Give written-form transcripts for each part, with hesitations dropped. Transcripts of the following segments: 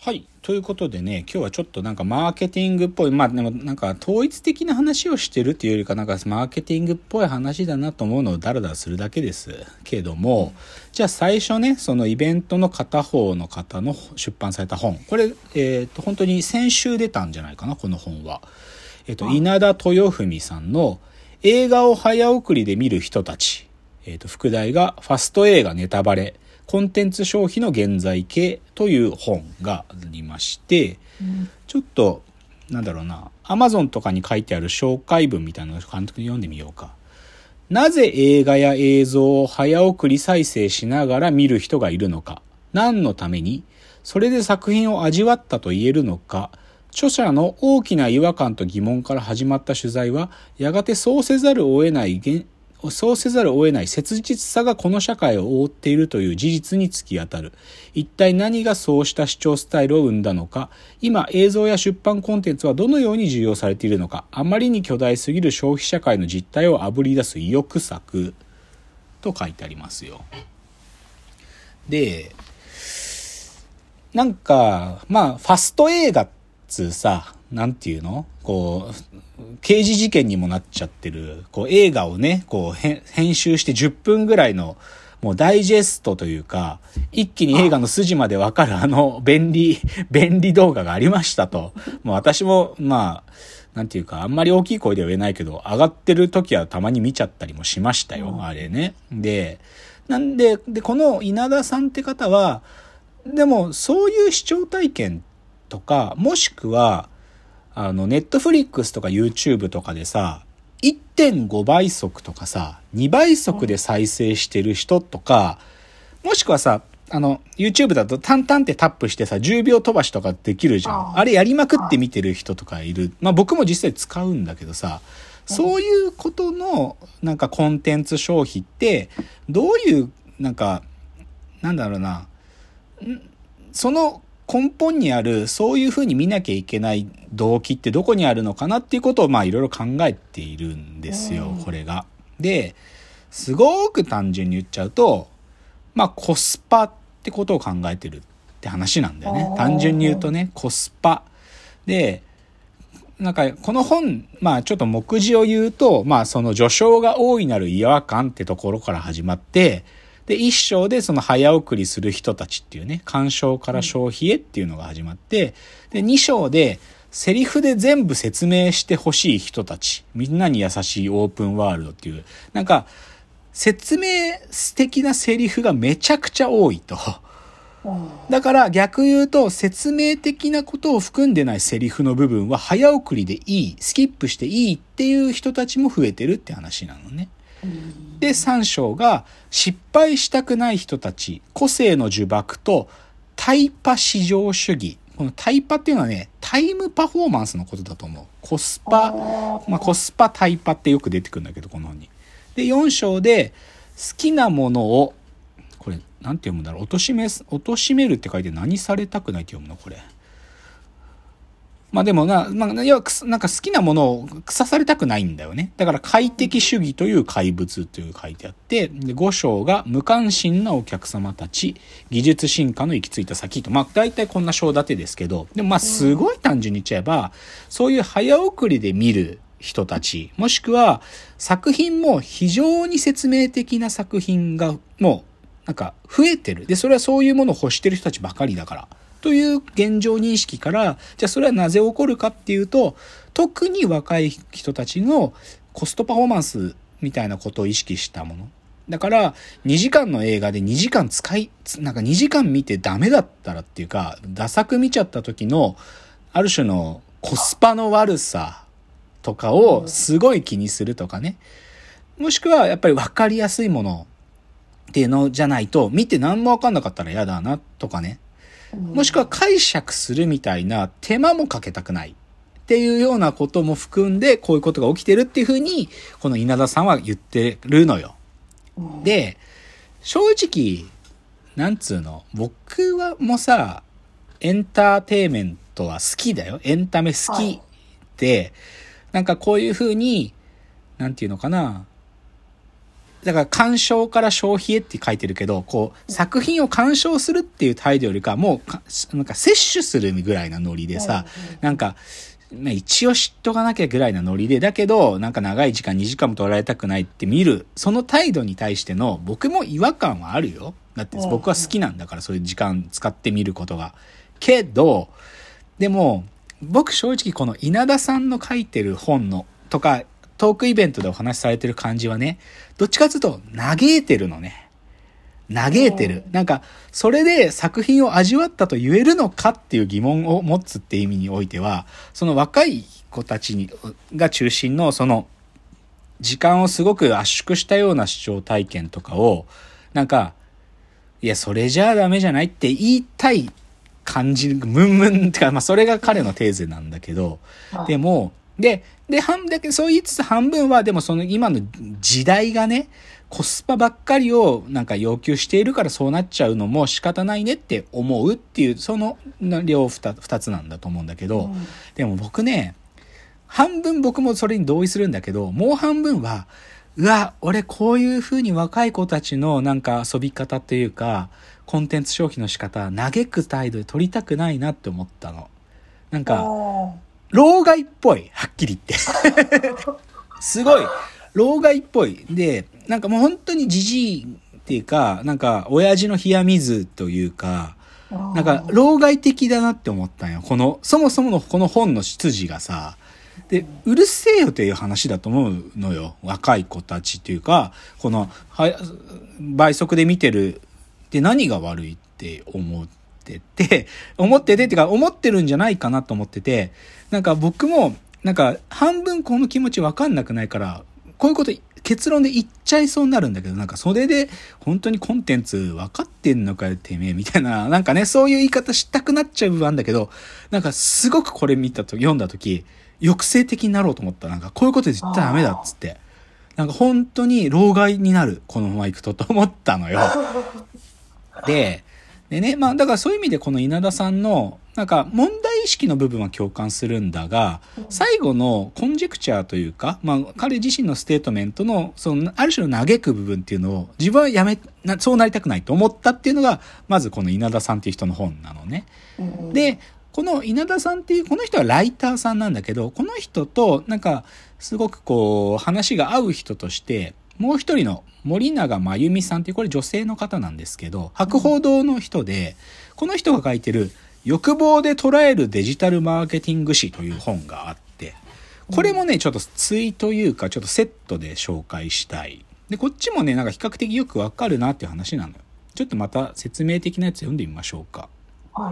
はい。ということでね、今日はちょっとなんかマーケティングっぽい、でもなんか統一的な話をしてるっていうよりかなんかマーケティングっぽい話だなと思うのをダラダラするだけですけども、じゃあ最初ね、そのイベントの片方の方の出版された本。これ、本当に先週出たんじゃないかな、この本は。稲田豊文さんの映画を早送りで見る人たち。副題がファスト映画ネタバレ。コンテンツ消費の現在形という本がありまして、ちょっとなんだろうな、Amazon とかに書いてある紹介文みたいなのを簡単に読んでみようか。なぜ映画や映像を早送り再生しながら見る人がいるのか、何のために、それで作品を味わったと言えるのか、著者の大きな違和感と疑問から始まった取材は、やがてそうせざるを得ない切実さがこの社会を覆っているという事実に突き当たる。一体何がそうした視聴スタイルを生んだのか、今映像や出版コンテンツはどのように重要されているのか、あまりに巨大すぎる消費社会の実態をあぶり出す意欲作と書いてありますよ。で、なんかファスト映画っつうさ、なんていうの？こう、刑事事件にもなっちゃってる、映画をね、編集して10分ぐらいの、もうダイジェストというか、一気に映画の筋までわかる便利動画がありましたと。もう私も、なんていうか、あんまり大きい声では言えないけど、上がってる時はたまに見ちゃったりもしましたよ、あれね。で、この稲田さんって方は、でも、そういう視聴体験とか、もしくは、ネットフリックスとか YouTube とかでさ、1.5 倍速とかさ、2倍速で再生してる人とか、もしくはさ、YouTube だとタンタンってタップしてさ、10秒飛ばしとかできるじゃん。あれやりまくって見てる人とかいる。僕も実際使うんだけどさ、そういうことの、なんかコンテンツ消費って、どういう、なんだろうな、その根本にあるそういうふうに見なきゃいけない動機ってどこにあるのかなっていうことをいろいろ考えているんですよ、これが。で、すごく単純に言っちゃうと、コスパってことを考えてるって話なんだよね。単純に言うとね、コスパ。で、この本、ちょっと目次を言うと、その序章が大いなる違和感ってところから始まって、で、一章でその早送りする人たちっていうね、鑑賞から消費へっていうのが始まって、で、二章でセリフで全部説明してほしい人たち、みんなに優しいオープンワールドっていう、説明的なセリフがめちゃくちゃ多いと。だから逆言うと説明的なことを含んでないセリフの部分は早送りでいい、スキップしていいっていう人たちも増えてるって話なのね。で、3章が失敗したくない人たち、個性の呪縛とタイパ至上主義。このタイパっていうのはね、タイムパフォーマンスのことだと思う。コスパタイパってよく出てくるんだけど、この本に。で、4章で好きなものを、これ、なんて読むんだろう。貶めるって書いて何されたくないって読むのこれ。でもなんか好きなものを腐されたくないんだよね。だから快適主義という怪物という書いてあって、で5章が無関心なお客様たち、技術進化の行き着いた先と、大体こんな章立てですけど、でもすごい単純に言っちゃえば、そういう早送りで見る人たち、もしくは作品も非常に説明的な作品がもう増えてる。で、それはそういうものを欲してる人たちばかりだから。という現状認識から、じゃあそれはなぜ起こるかっていうと、特に若い人たちのコストパフォーマンスみたいなことを意識したもの。だから、2時間の映画で2時間2時間見てダメだったらっていうか、ダ作見ちゃった時の、ある種のコスパの悪さとかをすごい気にするとかね。もしくはやっぱり分かりやすいものっていうのじゃないと、見て何も分かんなかったら嫌だなとかね。もしくは解釈するみたいな手間もかけたくないっていうようなことも含んでこういうことが起きてるっていうふうにこの稲田さんは言ってるのよ。で、正直僕はもうさ、エンターテイメントは好きだよ。エンタメ好きで、こういうふうになんていうのかな、 だから鑑賞から消費へって書いてるけど、こう、作品を鑑賞するっていう態度よりか、もうなんか摂取するぐらいなノリでさ、なんか、一応知っとかなきゃぐらいなノリで、だけど、なんか長い時間2時間も取られたくないって見る、その態度に対しての僕も違和感はあるよ。だって僕は好きなんだから、そういう時間使って見ることが。けど、でも、僕正直この稲田さんの書いてる本の、とか、トークイベントでお話しされてる感じはね、どっちかというと嘆いてるのね。嘆いてる。なんか、それで作品を味わったと言えるのかっていう疑問を持つっていう意味においては、その若い子たちが中心のその、時間をすごく圧縮したような視聴体験とかを、なんか、いや、それじゃあダメじゃないって言いたい感じ、ムンムンってか、まあ、それが彼のテーゼなんだけど、でも、で、だけどそう言いつつ半分は、でもその今の時代がね、コスパばっかりをなんか要求しているからそうなっちゃうのも仕方ないねって思うっていう、その両二つなんだと思うんだけど、でも僕ね、半分僕もそれに同意するんだけど、もう半分は、うわ、俺こういう風に若い子たちのなんか遊び方というか、コンテンツ消費の仕方、嘆く態度で取りたくないなって思ったの。なんか、老害っぽい、はっきり言って。すごい、老害っぽい。で、なんかもう本当にジジイっていうか、なんか親父の冷や水というか、なんか老害的だなって思ったんよ。そもそものこの本の出自がさ、で、うるせえよという話だと思うのよ。若い子たちっていうか、倍速で見てるって何が悪いって思っててってか思ってるんじゃないかなと思ってて、なんか僕も、なんか半分この気持ちわかんなくないから、こういうこと結論で言っちゃいそうになるんだけど、なんかそれで本当にコンテンツ分かってんのかよてめえみたいな、なんかね、そういう言い方したくなっちゃう部分あるんだけど、なんかすごくこれ読んだ時、抑制的になろうと思った。なんかこういうことで言ったらダメだっつって。なんか本当に老害になる、このまま行くと思ったのよ。でね、まあだからそういう意味でこの稲田さんのなんか問題意識の部分は共感するんだが、最後のコンジェクチャーというか、まあ彼自身のステートメントのそのある種の嘆く部分っていうのを自分はそうなりたくないと思ったっていうのがまずこの稲田さんっていう人の本なのね。で、この稲田さんっていうこの人はライターさんなんだけど、この人となんかすごくこう話が合う人としてもう一人の森永真由美さんっていうこれ女性の方なんですけど、博報堂の人で、この人が書いてる欲望で捉えるデジタルマーケティング誌という本があって、これもねちょっと対というかちょっとセットで紹介したい。でこっちもねなんか比較的よくわかるなっていう話なのよ。ちょっとまた説明的なやつ読んでみましょうか。 はい。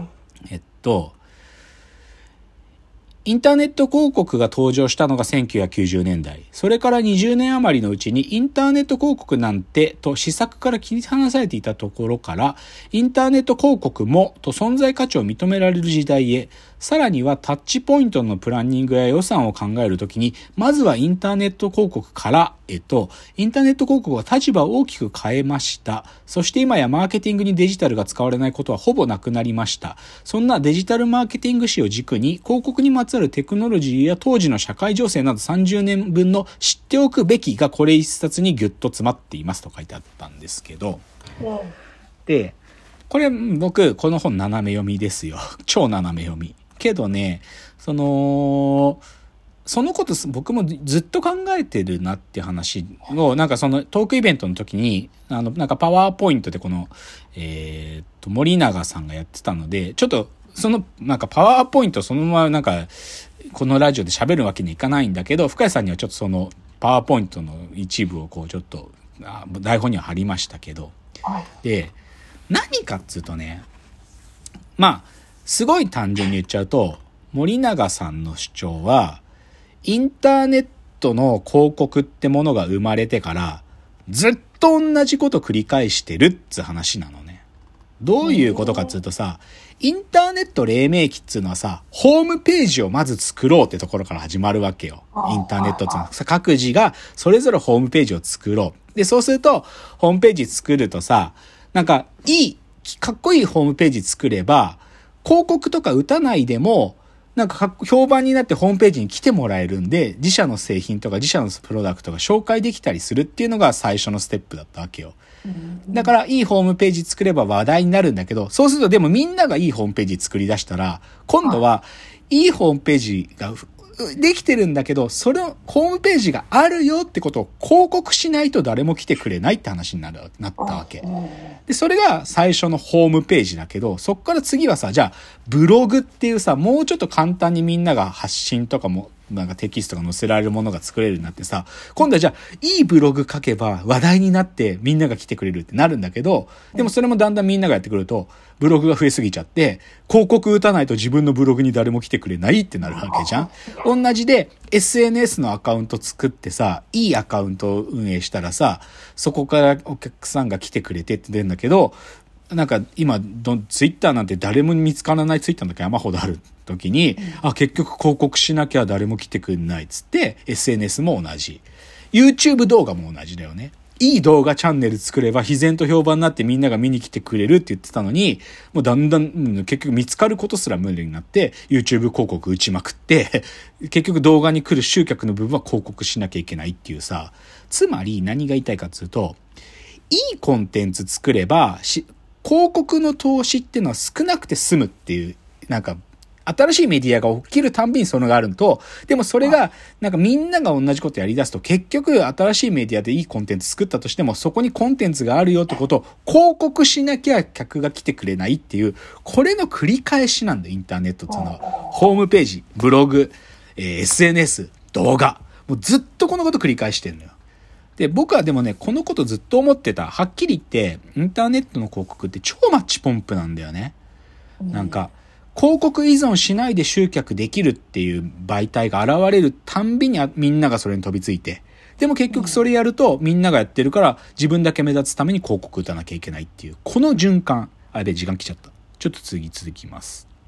インターネット広告が登場したのが1990年代。それから20年余りのうちにインターネット広告なんてと施策から切り離されていたところから、インターネット広告もと存在価値を認められる時代へ、さらにはタッチポイントのプランニングや予算を考えるときに、まずはインターネット広告からインターネット広告は立場を大きく変えました。そして今やマーケティングにデジタルが使われないことはほぼなくなりました。そんなデジタルマーケティング史を軸に広告にまつわるテクノロジーや当時の社会情勢など30年分の知っておくべきがこれ一冊にギュッと詰まっていますと書いてあったんですけど、でこれ僕この本斜め読みですよ。超斜め読みけどね、そのこと僕もずっと考えてるなって話をなんかそのトークイベントの時になんかパワーポイントでこの森永さんがやってたので、ちょっとそのなんかパワーポイントそのままなんかこのラジオで喋るわけにいかないんだけど、深谷さんにはちょっとそのパワーポイントの一部をこうちょっと台本には貼りましたけど、で何かっつうとね、まあすごい単純に言っちゃうと、森永さんの主張はインターネットの広告ってものが生まれてからずっと同じこと繰り返してるっつう話なのね。どういうことかっつうとさ、インターネット黎明期っつうのはさ、ホームページをまず作ろうってところから始まるわけよ。インターネットっていうのはさ、各自がそれぞれホームページを作ろう。で、そうするとホームページ作るとさ、なんかかっこいいホームページ作れば広告とか打たないでもなんか評判になってホームページに来てもらえるんで、自社の製品とか自社のプロダクトが紹介できたりするっていうのが最初のステップだったわけよ。だからいいホームページ作れば話題になるんだけど、そうするとでもみんながいいホームページ作り出したら、今度はいいホームページができてるんだけど、そのホームページがあるよってことを広告しないと誰も来てくれないって話になったわけ。で、それが最初のホームページだけど、そっから次はさ、じゃあ、ブログっていうさ、もうちょっと簡単にみんなが発信とかも、なんかテキストが載せられるものが作れるようになってさ、今度はじゃあ、いいブログ書けば話題になってみんなが来てくれるってなるんだけど、でもそれもだんだんみんながやってくると、ブログが増えすぎちゃって、広告打たないと自分のブログに誰も来てくれないってなるわけじゃん。同じで、SNS のアカウント作ってさ、いいアカウントを運営したらさ、そこからお客さんが来てくれてって出るんだけど、なんか今ツイッターなんて誰も見つからないツイッターだけ山ほどある時に、結局広告しなきゃ誰も来てくれないっつって、SNS も同じ。YouTube 動画も同じだよね。いい動画チャンネル作れば自然と評判になってみんなが見に来てくれるって言ってたのに、もうだんだん、結局見つかることすら無理になって YouTube 広告打ちまくって結局動画に来る集客の部分は広告しなきゃいけないっていうさ、つまり何が言いたいかっていうと、いいコンテンツ作れば広告の投資っていうのは少なくて済むっていう、なんか新しいメディアが起きるたんびにそれがあるのと、でもそれが、なんかみんなが同じことやり出すと、結局新しいメディアでいいコンテンツ作ったとしても、そこにコンテンツがあるよってことを広告しなきゃ客が来てくれないっていう、これの繰り返しなんだよ、インターネットっていうのは。ホームページ、ブログ、SNS、動画。もうずっとこのこと繰り返してるのよ。で、僕はでもね、このことずっと思ってた。はっきり言って、インターネットの広告って超マッチポンプなんだよね。なんか、広告依存しないで集客できるっていう媒体が現れるたんびにみんながそれに飛びついて。でも結局それやるとみんながやってるから自分だけ目立つために広告打たなきゃいけないっていう。この循環。あれ、時間来ちゃった。ちょっと次続きます。